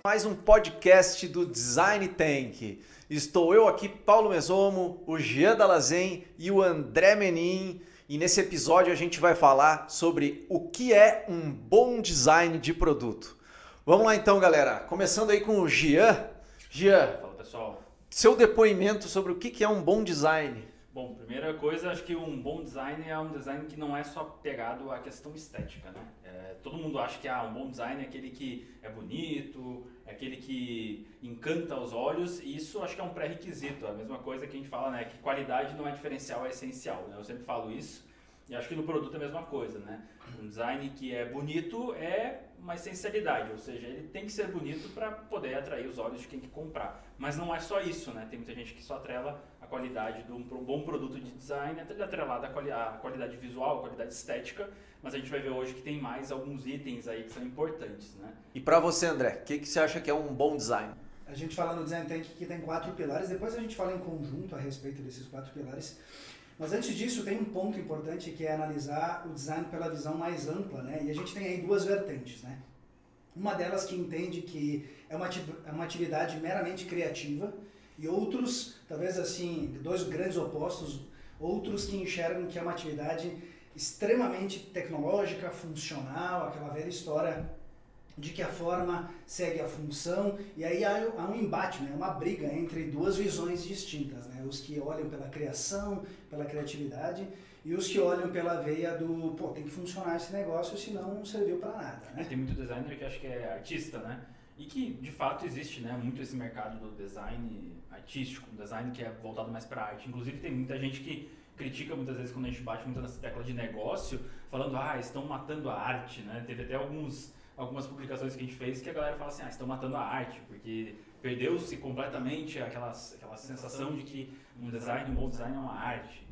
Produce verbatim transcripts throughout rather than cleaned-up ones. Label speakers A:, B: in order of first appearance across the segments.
A: mais um podcast do Design Tank. Estou eu aqui, Paulo Mesomo, o Jean Dalazen e o André Menin. E nesse episódio a gente vai falar sobre o que é um bom design de produto. Vamos lá então, galera. Começando aí com o Jean. Jean,
B: Fala, pessoal.
A: Seu depoimento sobre o que é um bom design.
B: Bom, primeira coisa, acho que um bom design é um design que não é só pegado à questão estética, né? É, todo mundo acha que ah, um bom design é aquele que é bonito, é aquele que encanta os olhos, e isso acho que é um pré-requisito. A mesma coisa que a gente fala, né? Que qualidade não é diferencial, é essencial, né? Eu sempre falo isso, e acho que no produto é a mesma coisa, né? Um design que é bonito é uma essencialidade, ou seja, ele tem que ser bonito para poder atrair os olhos de quem quer comprar. Mas não é só isso, né? Tem muita gente que só atrela a qualidade de um bom produto de design, até atrelada a qualidade visual, a qualidade estética, mas a gente vai ver hoje que tem mais alguns itens aí que são importantes, né?
A: E para você, André, o que, que você acha que é um bom design?
C: A gente fala no Design Tank que tem quatro pilares, depois a gente fala em conjunto a respeito desses quatro pilares. Mas antes disso, tem um ponto importante que é analisar o design pela visão mais ampla, né? E a gente tem aí duas vertentes, né? Uma delas que entende que é uma, é uma atividade meramente criativa, e outros, talvez assim, dois grandes opostos, outros que enxergam que é uma atividade extremamente tecnológica, funcional, aquela velha história de que a forma segue a função, e aí há, há um embate, né? Uma briga entre duas visões distintas, né? Os que olham pela criação, pela criatividade, e os que olham pela veia do, pô, tem que funcionar esse negócio, senão não serviu para nada, né?
B: Tem muito designer que acha que é artista, né? E que, de fato, existe, né, muito esse mercado do design artístico, um design que é voltado mais para arte. Inclusive, tem muita gente que critica muitas vezes quando a gente bate muito nessa tecla de negócio, falando, ah, estão matando a arte, né? Teve até alguns, algumas publicações que a gente fez que a galera fala assim, ah, estão matando a arte, porque perdeu-se completamente aquela, aquela sensação de que um design, um bom design é uma arte.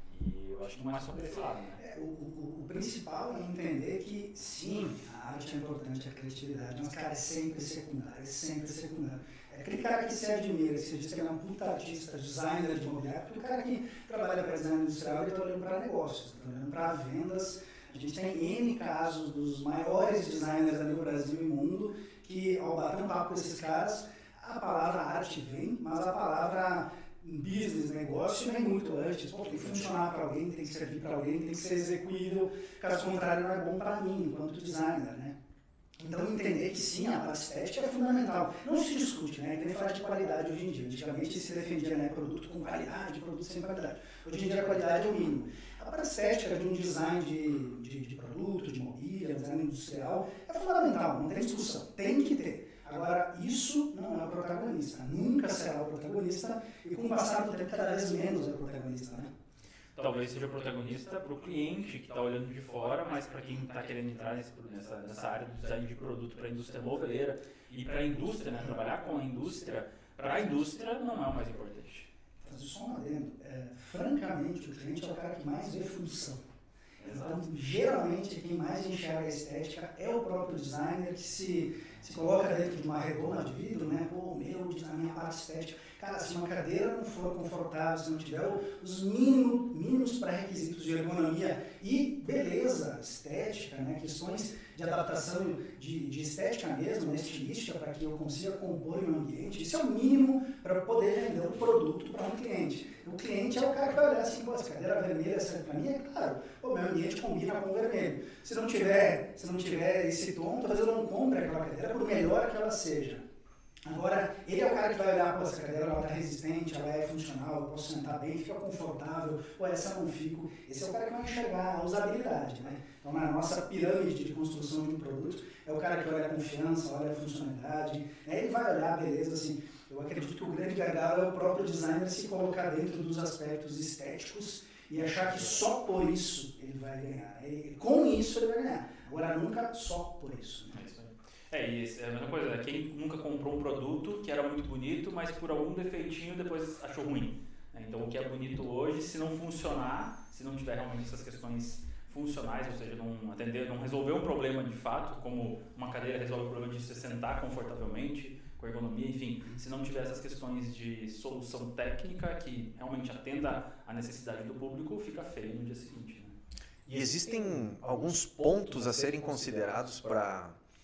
B: E eu acho que não é só por esse lado, né?
C: É, o, o, o principal é entender que, sim, a arte é importante, a criatividade, mas, cara, é sempre secundário, é sempre secundário. É aquele cara que se admira, que se diz que ele é um puta artista, designer de mobiliário, porque o cara que trabalha para design industrial, ele está olhando para negócios, está olhando para vendas. A gente tem N casos dos maiores designers ali no Brasil e mundo, que ao bater um papo com esses caras, a palavra arte vem, mas a palavra business, negócio, vem muito antes. Pô, tem que funcionar para alguém, tem que servir para alguém, tem que ser execuível, caso contrário não é bom para mim, enquanto designer, né? Então entender que sim, a parte estética é fundamental. Não se discute, né? Tem nem falar de qualidade hoje em dia. Antigamente se defendia, né, produto com qualidade, produto sem qualidade. Hoje em dia a qualidade é o mínimo. A parte estética de um design de, de, de produto, de mobília, design industrial, é fundamental, não tem discussão, tem que ter. Agora, isso não é o protagonista, nunca será o protagonista, e com o passar do tempo cada vez menos é o protagonista, né?
B: Talvez seja protagonista para o cliente que está olhando de fora, mas para quem está querendo entrar nesse, nessa, nessa área do design de produto para a indústria moveleira e para a indústria, né, trabalhar com a indústria, para a indústria não é o mais importante.
C: Fazer só um adendo, é, francamente o cliente é o cara que mais vê função. Então, geralmente, quem mais enxerga a estética é o próprio designer que se, se coloca dentro de uma redoma de vidro, né? Pô, meu, na minha parte estética. Cara, se uma cadeira não for confortável, se não tiver os mínimos, mínimos pré-requisitos de ergonomia e beleza estética, né? Questões de adaptação de, de estética mesmo, né? Estilística, para que eu consiga compor em um ambiente, isso é o mínimo para poder vender um produto para um cliente. O cliente é o cara que vai olhar assim, pô, essa cadeira vermelha serve para mim? É claro, o meu ambiente combina com o vermelho. Se não tiver, se não tiver esse tom, talvez eu não compre aquela cadeira, por melhor que ela seja. Agora, ele é o cara que vai olhar, pô, essa cadeira ela está resistente, ela é funcional, eu posso sentar bem, fica confortável, ou essa eu não fico. Esse é o cara que vai enxergar a usabilidade, né? Então, na nossa pirâmide de construção de um produto, é o cara que olha a confiança, olha a funcionalidade, né? Ele vai olhar a beleza, assim. Eu acredito que o grande gargalo é o próprio designer se colocar dentro dos aspectos estéticos e achar que só por isso ele vai ganhar. Ele, com isso ele vai ganhar. Agora, nunca só por isso. Né?
B: É, e é a mesma coisa, né? Quem nunca comprou um produto que era muito bonito, mas por algum defeitinho depois achou ruim. Né? Então, o que é bonito hoje, se não funcionar, se não tiver realmente essas questões funcionais, ou seja, não atender, não resolver um problema de fato, como uma cadeira resolve o problema de se sentar confortavelmente, com ergonomia, enfim, se não tiver essas questões de solução técnica que realmente atenda à necessidade do público, fica feio no dia seguinte. Né?
A: E existem alguns pontos a serem considerados para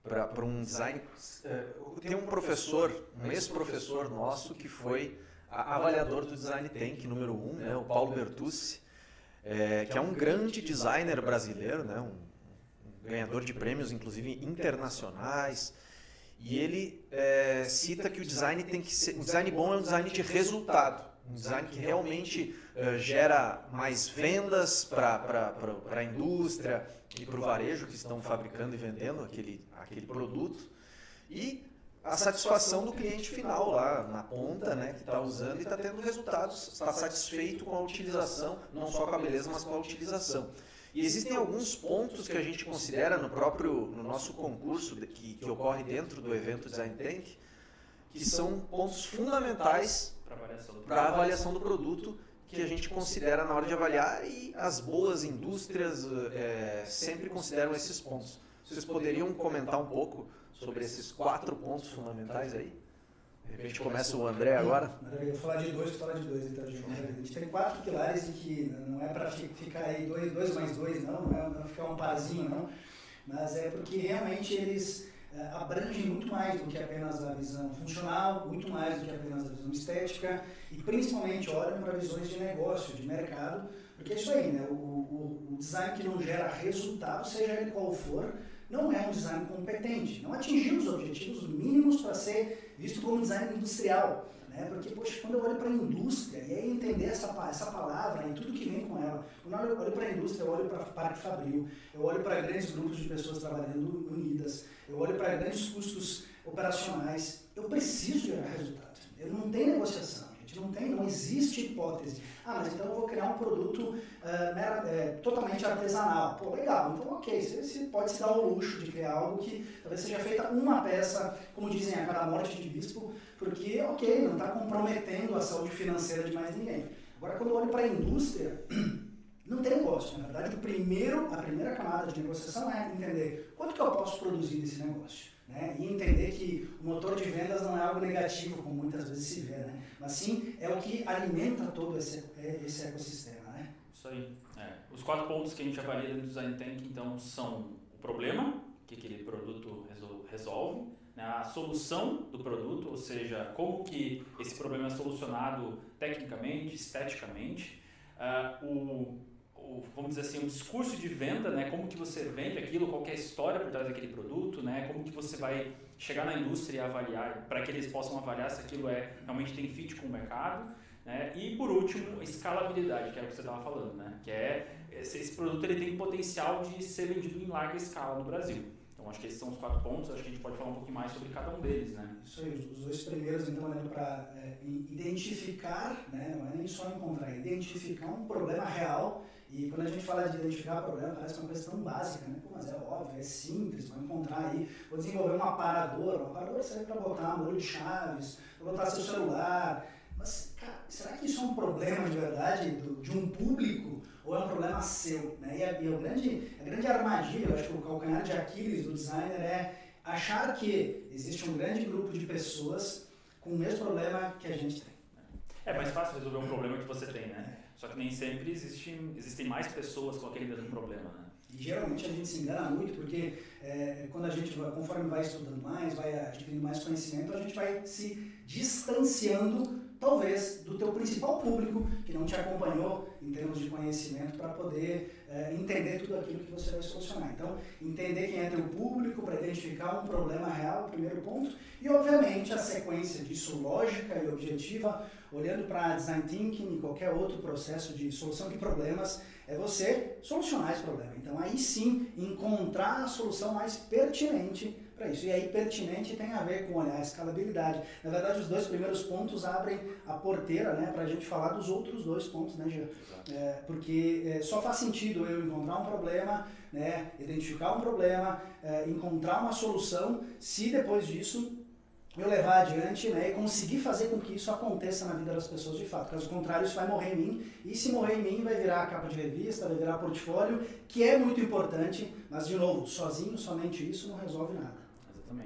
A: para um design. Tem um professor, um ex-professor nosso que foi avaliador do Design Tank número um, né, o Paulo Bertucci, é, que é um grande designer brasileiro, né, um, um ganhador de prêmios, inclusive internacionais. E ele é, cita que o design tem que ser, o design bom é um design de resultado, um design que realmente uh, gera mais vendas para a indústria e para o varejo que estão fabricando e vendendo aquele, aquele produto, e a satisfação do cliente final lá na ponta, né, que está usando e está tendo resultados, está satisfeito com a utilização, não só com a beleza, mas com a utilização. E existem alguns pontos que a gente considera no próprio, no nosso concurso de, que, que ocorre dentro do evento Design Tank, que são pontos fundamentais para a avaliação do produto, que a gente considera na hora de avaliar, e as boas indústrias é, sempre consideram esses pontos. Vocês poderiam comentar um pouco sobre esses quatro pontos fundamentais aí? De repente começa o André agora.
C: Eu vou falar de dois, vou falar de dois, então, gente. A gente tem quatro pilares em que não é para ficar aí dois, dois mais dois, não, não é para ficar um parzinho, não, mas é porque realmente eles é, abrangem muito mais do que apenas a visão funcional, muito mais do que apenas a visão estética, e principalmente olham para visões de negócio, de mercado, porque é isso aí, né? O, o, o design que não gera resultado, seja ele qual for, não é um design competente, não atingiu os objetivos mínimos para ser visto como design industrial, né? Porque, poxa, quando eu olho para a indústria, e aí entender essa, essa palavra e tudo que vem com ela, quando eu olho para a indústria, eu olho para Parque Fabril, eu olho para grandes grupos de pessoas trabalhando unidas, eu olho para grandes custos operacionais, eu preciso gerar resultado, eu não tenho negociação. Não tem, não existe hipótese. Ah, mas então eu vou criar um produto uh, mera, é, totalmente artesanal. Pô, legal, então ok, você, você pode se dar o luxo de criar algo que talvez seja feita uma peça, como dizem, a cada morte de bispo, porque, ok, não está comprometendo a saúde financeira de mais ninguém. Agora, quando eu olho para a indústria, não tem negócio. Na verdade, o primeiro, a primeira camada de negociação é entender quanto que eu posso produzir desse negócio. Né? E entender que o motor de vendas não é algo negativo, como muitas vezes se vê, né? Mas sim é o que alimenta todo esse, esse ecossistema. Né?
B: Isso aí. É. Os quatro pontos que a gente avalia dentro do Design Tank, então, são o problema que aquele produto resolve, né? A solução do produto, ou seja, como que esse problema é solucionado tecnicamente, esteticamente, uh, o O, vamos dizer assim, um discurso de venda, né? Como que você vende aquilo, qual que é a história por trás daquele produto, né? Como que você vai chegar na indústria e avaliar, para que eles possam avaliar se aquilo é, realmente tem fit com o mercado, né? E por último, escalabilidade, que é o que você estava falando, né? Que é, esse, esse produto ele tem potencial de ser vendido em larga escala no Brasil. Então acho que esses são os quatro pontos, acho que a gente pode falar um pouquinho mais sobre cada um deles, né?
C: Isso aí, os dois primeiros, então, olhando para é, identificar, né? Não é nem só encontrar, é identificar um problema real. E quando a gente fala de identificar problema, parece uma coisa tão básica, né? Pô, mas é óbvio, é simples, vai encontrar aí, vou desenvolver um aparador, um aparador serve para botar molho de chaves, para botar seu celular. Mas, cara, será que isso é um problema de verdade do, de um público ou é um problema seu? Né? E, a, e a, grande, a grande armadilha, eu acho que o calcanhar de Aquiles do designer é achar que existe um grande grupo de pessoas com o mesmo problema que a gente tem.
B: É mais fácil resolver um problema que você tem, né? Só que nem sempre existe, existem mais pessoas com aquele mesmo problema, né?
C: E geralmente a gente se engana muito porque é, quando a gente, vai, conforme vai estudando mais, vai adquirindo mais conhecimento, a gente vai se distanciando, talvez, do teu principal público que não te acompanhou em termos de conhecimento para poder é, entender tudo aquilo que você vai solucionar. Então, entender quem é teu público para identificar um problema real, primeiro ponto, e obviamente a sequência disso lógica e objetiva, olhando para design thinking e qualquer outro processo de solução de problemas, é você solucionar esse problema. Então aí sim, encontrar a solução mais pertinente para isso. E aí pertinente tem a ver com olhar a escalabilidade. Na verdade, os dois primeiros pontos abrem a porteira, né, para a gente falar dos outros dois pontos, né, Jean? É, porque é, só faz sentido eu encontrar um problema, né, identificar um problema, é, encontrar uma solução, se depois disso eu levar adiante, né, e conseguir fazer com que isso aconteça na vida das pessoas de fato. Caso contrário, isso vai morrer em mim, e se morrer em mim, vai virar a capa de revista, vai virar portfólio, que é muito importante, mas, de novo, sozinho, somente isso não resolve nada.
B: Exatamente.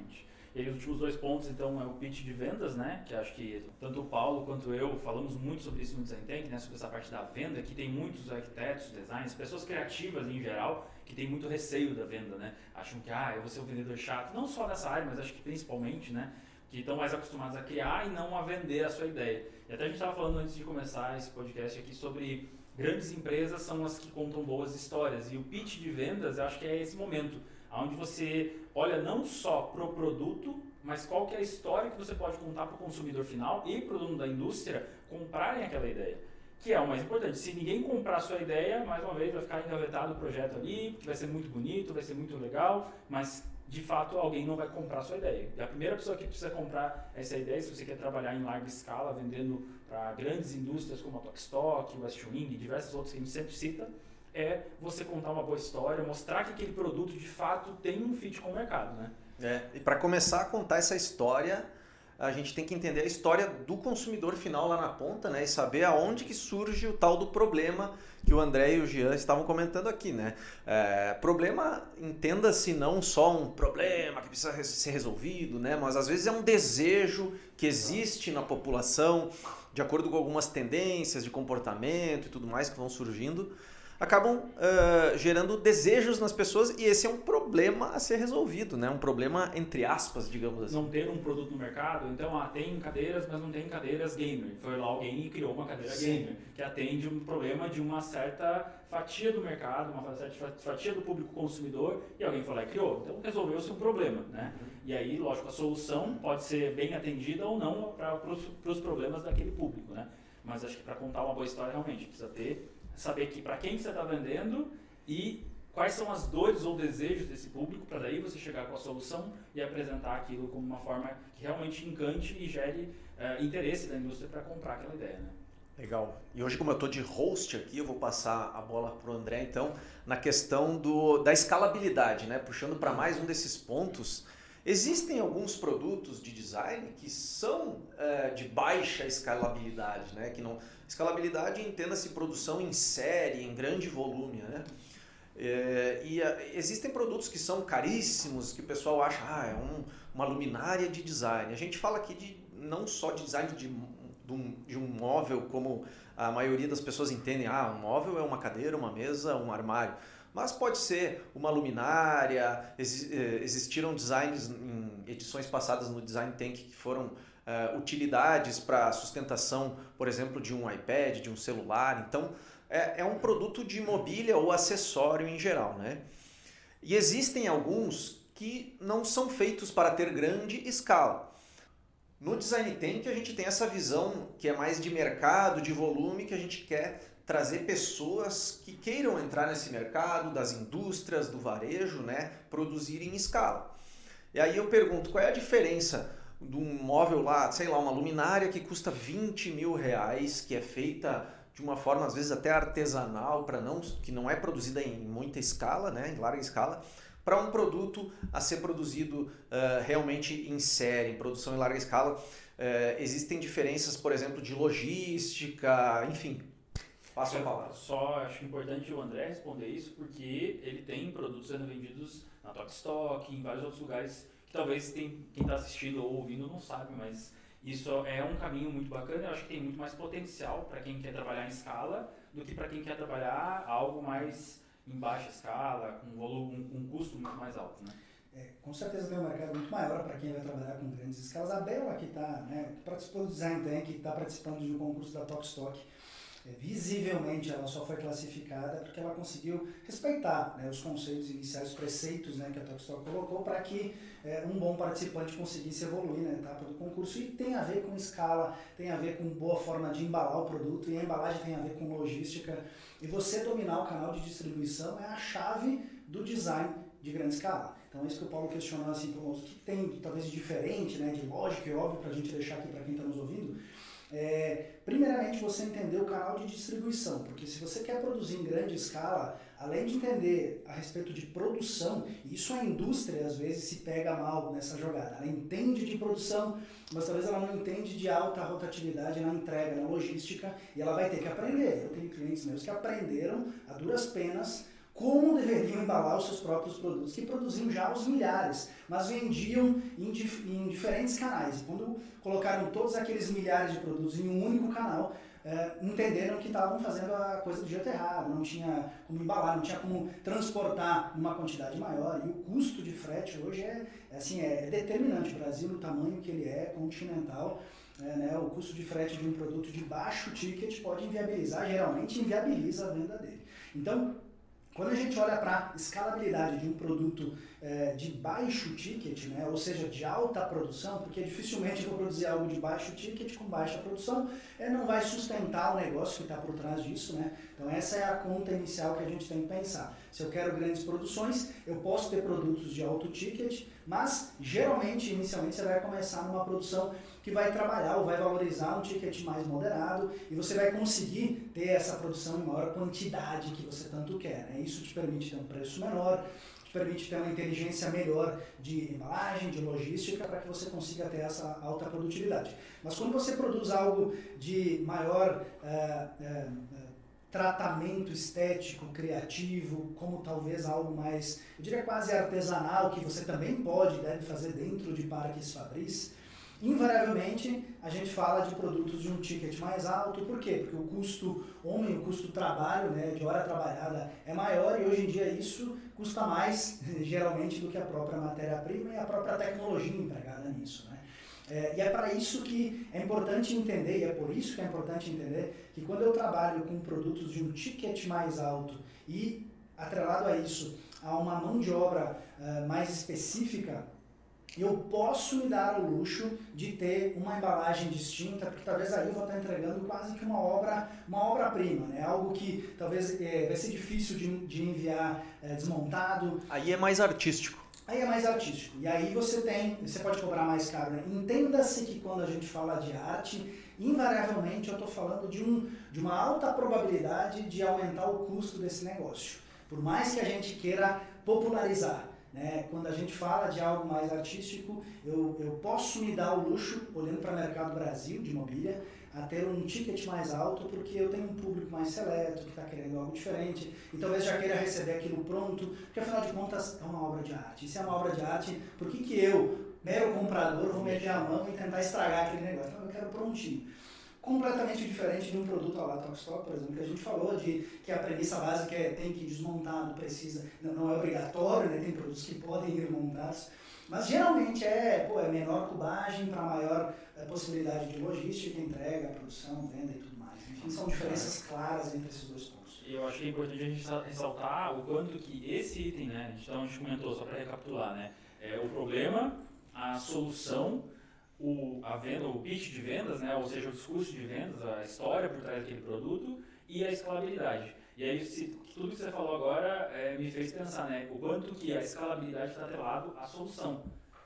B: E aí os últimos dois pontos, então, é o pitch de vendas, né? Que acho que tanto o Paulo quanto eu falamos muito sobre isso no Design Tank, né? Sobre essa parte da venda, que tem muitos arquitetos, designers, pessoas criativas em geral, que tem muito receio da venda, né? Acham que, ah, eu vou ser um vendedor chato. Não só nessa área, mas acho que principalmente, né? Que estão mais acostumados a criar e não a vender a sua ideia. E até a gente estava falando antes de começar esse podcast aqui sobre grandes empresas são as que contam boas histórias. E o pitch de vendas, eu acho que é esse momento, onde você olha não só para o produto, mas qual que é a história que você pode contar para o consumidor final e para o dono da indústria comprarem aquela ideia. Que é o mais importante. Se ninguém comprar a sua ideia, mais uma vez vai ficar engavetado o projeto ali, que vai ser muito bonito, vai ser muito legal, mas de fato alguém não vai comprar a sua ideia. E a primeira pessoa que precisa comprar essa ideia, se você quer trabalhar em larga escala, vendendo para grandes indústrias como a Tokstok, o Westwing e diversas outras que a gente sempre cita, é você contar uma boa história, mostrar que aquele produto de fato tem um fit com o mercado, né?
A: É, e para começar a contar essa história, a gente tem que entender a história do consumidor final lá na ponta, né? E saber aonde que surge o tal do problema que o André e o Jean estavam comentando aqui, né? É, problema, entenda-se não só um problema que precisa ser resolvido, né? Mas às vezes é um desejo que existe na população, de acordo com algumas tendências de comportamento e tudo mais que vão surgindo, acabam uh, gerando desejos nas pessoas e esse é um problema a ser resolvido, né? Um problema entre aspas, digamos assim.
B: Não ter um produto no mercado, então ah, tem cadeiras, mas não tem cadeiras gamer. Foi lá alguém e criou uma cadeira Sim. gamer, que atende um problema de uma certa fatia do mercado, uma certa fatia do público consumidor, e alguém foi lá e criou. Então resolveu-se um problema, né? E aí, lógico, a solução pode ser bem atendida ou não para os problemas daquele público, né? Mas acho que para contar uma boa história, realmente, precisa ter saber que para quem você está vendendo e quais são as dores ou desejos desse público, para daí você chegar com a solução e apresentar aquilo como uma forma que realmente encante e gere uh, interesse da indústria para comprar aquela ideia, né?
A: Legal. E hoje, como eu estou de host aqui, eu vou passar a bola para o André, então, na questão do, da escalabilidade, né? Puxando para mais um desses pontos. Existem alguns produtos de design que são é, de baixa escalabilidade, né? Que não, escalabilidade entenda-se produção em série, em grande volume, né? É, e é, existem produtos que são caríssimos, que o pessoal acha, ah, é um, uma luminária de design. A gente fala aqui de, não só de design de, de, um, de um móvel, como a maioria das pessoas entendem, ah, um móvel é uma cadeira, uma mesa, um armário. Mas pode ser uma luminária, existiram designs em edições passadas no Design Tank que foram uh, utilidades para sustentação, por exemplo, de um iPad, de um celular. Então, é, é um produto de mobília ou acessório em geral, né? E existem alguns que não são feitos para ter grande escala. No Design Tank a gente tem essa visão que é mais de mercado, de volume, que a gente quer trazer pessoas que queiram entrar nesse mercado, das indústrias, do varejo, né, produzir em escala. E aí eu pergunto, qual é a diferença de um móvel lá, sei lá, uma luminária que custa vinte mil reais, que é feita de uma forma às vezes até artesanal, para não, que não é produzida em muita escala, né, em larga escala, para um produto a ser produzido uh, realmente em série, em produção em larga escala. Uh, existem diferenças, por exemplo, de logística, enfim. Passo a palavra.
B: Só acho importante o André responder isso, porque ele tem produtos sendo vendidos na Tokstok, em vários outros lugares, que talvez tem, quem está assistindo ou ouvindo não sabe, mas isso é um caminho muito bacana. Eu acho que tem muito mais potencial para quem quer trabalhar em escala do que para quem quer trabalhar algo mais em baixa escala, com volume, um, um custo muito mais alto, né?
C: É, com certeza tem um mercado muito maior para quem vai trabalhar com grandes escalas. A Bela, que está, né, participou do Design Tank, está participando de um concurso da Tokstok, é, visivelmente ela só foi classificada porque ela conseguiu respeitar, né, os conceitos iniciais, os preceitos, né, que a Tokstok colocou para que é, um bom participante conseguisse evoluir na etapa do concurso. E tem a ver com escala, tem a ver com boa forma de embalar o produto, e a embalagem tem a ver com logística. E você dominar o canal de distribuição é a chave do design de grande escala. Então é isso que o Paulo questionou, assim, o que tem talvez de diferente, né, de lógico e óbvio para a gente deixar aqui para quem está nos ouvindo. É, primeiramente você entender o canal de distribuição, porque se você quer produzir em grande escala, além de entender a respeito de produção, e isso a indústria às vezes se pega mal nessa jogada, ela entende de produção, mas talvez ela não entende de alta rotatividade na entrega, na logística, e ela vai ter que aprender. Eu tenho clientes meus que aprenderam a duras penas como deveriam embalar os seus próprios produtos, que produziam já aos milhares, mas vendiam em, dif em diferentes canais. E quando colocaram todos aqueles milhares de produtos em um único canal, é, entenderam que estavam fazendo a coisa do jeito errado, não tinha como embalar, não tinha como transportar uma quantidade maior, e o custo de frete hoje é, assim, é, é determinante. O Brasil, no tamanho que ele é, continental, é, né, o custo de frete de um produto de baixo ticket pode inviabilizar, geralmente inviabiliza a venda dele. Então, quando a gente olha para a escalabilidade de um produto é, de baixo ticket, né, ou seja, de alta produção, porque dificilmente eu vou produzir algo de baixo ticket com baixa produção, é, não vai sustentar o negócio que está por trás disso, né? Então essa é a conta inicial que a gente tem que pensar. Se eu quero grandes produções, eu posso ter produtos de alto ticket, mas geralmente, inicialmente, você vai começar numa produção que vai trabalhar ou vai valorizar um ticket mais moderado e você vai conseguir ter essa produção em maior quantidade que você tanto quer, né? Isso te permite ter um preço menor, te permite ter uma inteligência melhor de embalagem, de logística, para que você consiga ter essa alta produtividade. Mas quando você produz algo de maior é, é, tratamento estético, criativo, como talvez algo mais, eu diria quase artesanal, que você também pode e deve fazer dentro de parques fabris, invariavelmente a gente fala de produtos de um ticket mais alto. Por quê? Porque o custo homem, o custo trabalho, né, de hora trabalhada é maior, e hoje em dia isso custa mais geralmente do que a própria matéria-prima e a própria tecnologia empregada nisso, né? É, e é para isso que é importante entender, e é por isso que é importante entender que quando eu trabalho com produtos de um ticket mais alto e atrelado a isso a uma mão de obra uh, mais específica, eu posso me dar o luxo de ter uma embalagem distinta, porque talvez aí eu vou estar entregando quase que uma obra, uma obra-prima, né? Algo que talvez é, vai ser difícil de, de enviar é, desmontado.
A: Aí é mais artístico.
C: Aí é mais artístico. E aí você tem, você pode cobrar mais caro, né? Entenda-se que quando a gente fala de arte, invariavelmente eu estou falando de, um, de uma alta probabilidade de aumentar o custo desse negócio. Por mais que a gente queira popularizar, né? Quando a gente fala de algo mais artístico, eu, eu posso me dar o luxo, olhando para o mercado Brasil de mobília, a ter um ticket mais alto, porque eu tenho um público mais seleto, que está querendo algo diferente, e talvez já queira receber aquilo pronto, porque afinal de contas é uma obra de arte. E se é uma obra de arte, por que que eu, mero comprador, vou meter a mão e tentar estragar aquele negócio? Então eu quero prontinho. Completamente diferente de um produto a lá Tokstok, por exemplo, que a gente falou, de que a premissa básica é tem que ir desmontado, precisa, não, não é obrigatório, né? Tem produtos que podem ir montados, mas geralmente é, pô, é menor cubagem para maior é, possibilidade de logística, entrega, produção, venda e tudo mais. Enfim, são diferenças claras entre esses dois pontos.
B: Eu acho que é importante a gente ressaltar o quanto que esse item, né, então a gente comentou, só para recapitular, né, é o problema, a solução, O, a venda, o pitch de vendas, né, ou seja, o discurso de vendas, a história por trás daquele produto e a escalabilidade. E aí, se, tudo que você falou agora é, me fez pensar, né, o quanto que a escalabilidade está atrelado à solução.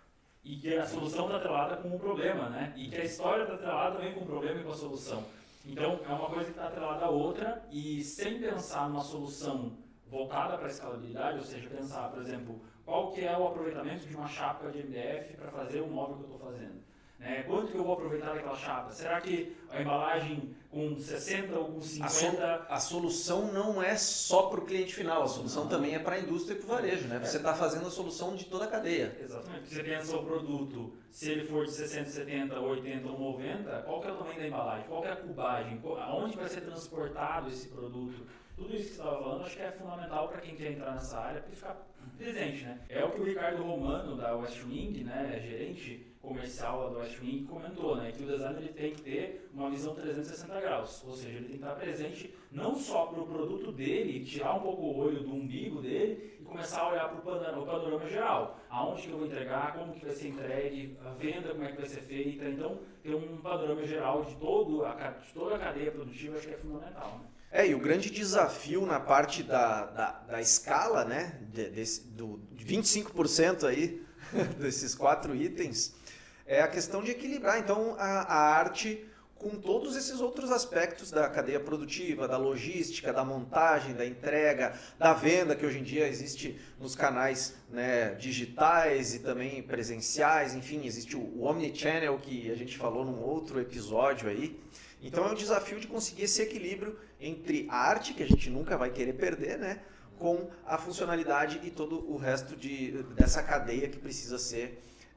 B: E que a solução está atrelada com o problema, né, e que a história está atrelada também com o problema e com a solução. Então, é uma coisa que está atrelada à outra, e sem pensar numa solução voltada para a escalabilidade, ou seja, pensar, por exemplo, qual que é o aproveitamento de uma chapa de M D F para fazer o móvel que eu estou fazendo. É, quanto que eu vou aproveitar daquela chapa? Será que a embalagem com sessenta ou com cinquenta...
A: A, so, a solução não é só para o cliente final, a solução não. também é para a indústria e para o varejo, né? Você está fazendo a solução de toda a cadeia.
B: Exatamente. Você pensa o produto, se ele for de sessenta, setenta, oitenta ou noventa, qual que é o tamanho da embalagem? Qual que é a cubagem? Aonde vai ser transportado esse produto? Tudo isso que você estava falando, acho que é fundamental para quem quer entrar nessa área, para ficar presente, né? É o que o Ricardo Romano, da Westwing, né, gerente comercial da Westwing, comentou, né, que o designer ele tem que ter uma visão trezentos e sessenta graus, ou seja, ele tem que estar presente não só para o produto dele, tirar um pouco o olho do umbigo dele e começar a olhar para o panorama, panorama geral, aonde que eu vou entregar, como que vai ser entregue, a venda, como é que vai ser feita, então ter um panorama geral de, todo a, de toda a cadeia produtiva, acho que é fundamental, né?
A: É, e o grande desafio na parte da, da, da escala, né, de, desse, do vinte e cinco por cento aí, desses quatro itens, é a questão de equilibrar, então, a, a arte com todos esses outros aspectos da cadeia produtiva, da logística, da montagem, da entrega, da venda, que hoje em dia existe nos canais, né, digitais e também presenciais, enfim, existe o, o Omnichannel, que a gente falou num outro episódio aí. Então é um desafio de conseguir esse equilíbrio entre a arte, que a gente nunca vai querer perder, né, com a funcionalidade e todo o resto de, dessa cadeia que precisa ser,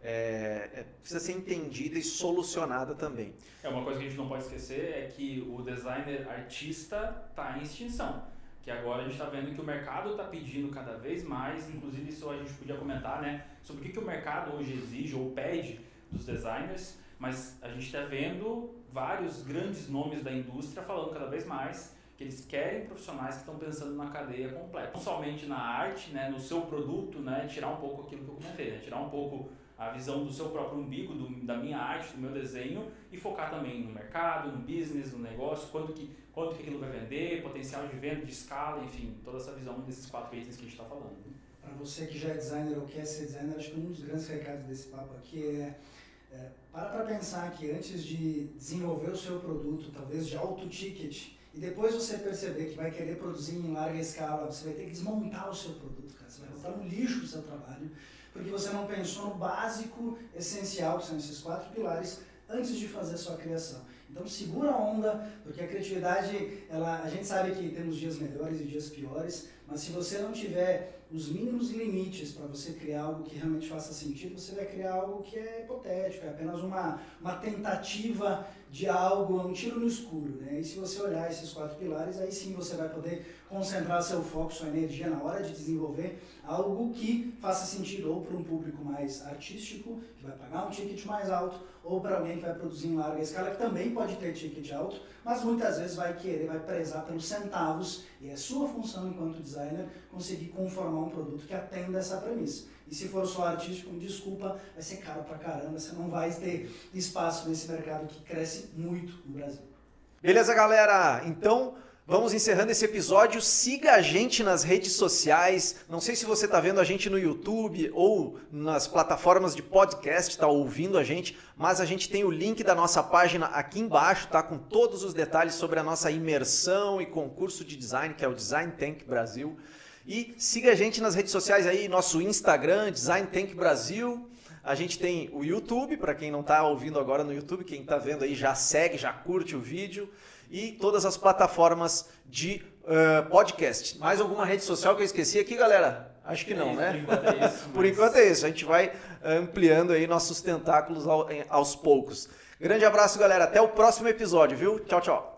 A: é, é, precisa ser entendida e solucionada também.
B: É, uma coisa que a gente não pode esquecer é que o designer artista está em extinção. Que agora a gente está vendo que o mercado está pedindo cada vez mais, inclusive isso a gente podia comentar, né, sobre o que, que o mercado hoje exige ou pede dos designers, mas a gente está vendo vários grandes nomes da indústria falando cada vez mais que eles querem profissionais que estão pensando na cadeia completa. Não somente na arte, né, no seu produto, né, tirar um pouco aquilo que eu comentei, né, tirar um pouco a visão do seu próprio umbigo, do, da minha arte, do meu desenho e focar também no mercado, no business, no negócio, quanto que, quanto que aquilo vai vender, potencial de venda, de escala, enfim, toda essa visão desses quatro itens que a gente está falando.
C: Para você que já é designer ou quer ser designer, acho que um dos grandes recados desse papo aqui é, é para para pensar que antes de desenvolver o seu produto, talvez de alto ticket, e depois você perceber que vai querer produzir em larga escala, você vai ter que desmontar o seu produto, cara. Você vai botar no lixo o seu trabalho, porque você não pensou no básico, essencial, que são esses quatro pilares, antes de fazer a sua criação. Então segura a onda, porque a criatividade, ela, a gente sabe que temos dias melhores e dias piores, mas se você não tiver os mínimos limites para você criar algo que realmente faça sentido, você vai criar algo que é hipotético, é apenas uma, uma tentativa de algo, um tiro no escuro, né? E se você olhar esses quatro pilares, aí sim você vai poder concentrar seu foco, sua energia na hora de desenvolver algo que faça sentido ou para um público mais artístico, que vai pagar um ticket mais alto, ou para alguém que vai produzir em larga escala, que também pode ter ticket alto, mas muitas vezes vai querer, vai prezar pelos centavos, e é sua função enquanto designer conseguir conformar um produto que atenda essa premissa. E se for só artístico, desculpa, vai ser caro pra caramba, você não vai ter espaço nesse mercado que cresce muito no Brasil.
A: Beleza, galera? Então, vamos encerrando esse episódio. Siga a gente nas redes sociais. Não sei se você está vendo a gente no YouTube ou nas plataformas de podcast, está ouvindo a gente, mas a gente tem o link da nossa página aqui embaixo, tá? Com todos os detalhes sobre a nossa imersão e concurso de design, que é o Design Tank Brasil. E siga a gente nas redes sociais aí, nosso Instagram, Design Tank Brasil. A gente tem o YouTube, para quem não está ouvindo agora no YouTube, quem está vendo aí já segue, já curte o vídeo. E todas as plataformas de uh, podcast. Mais alguma rede social que eu esqueci aqui, galera? Acho que não,
B: é,
A: né?
B: Por enquanto é isso.
A: Por enquanto é isso. A gente vai ampliando aí nossos tentáculos ao, aos poucos. Grande abraço, galera. Até o próximo episódio, viu? Tchau, tchau.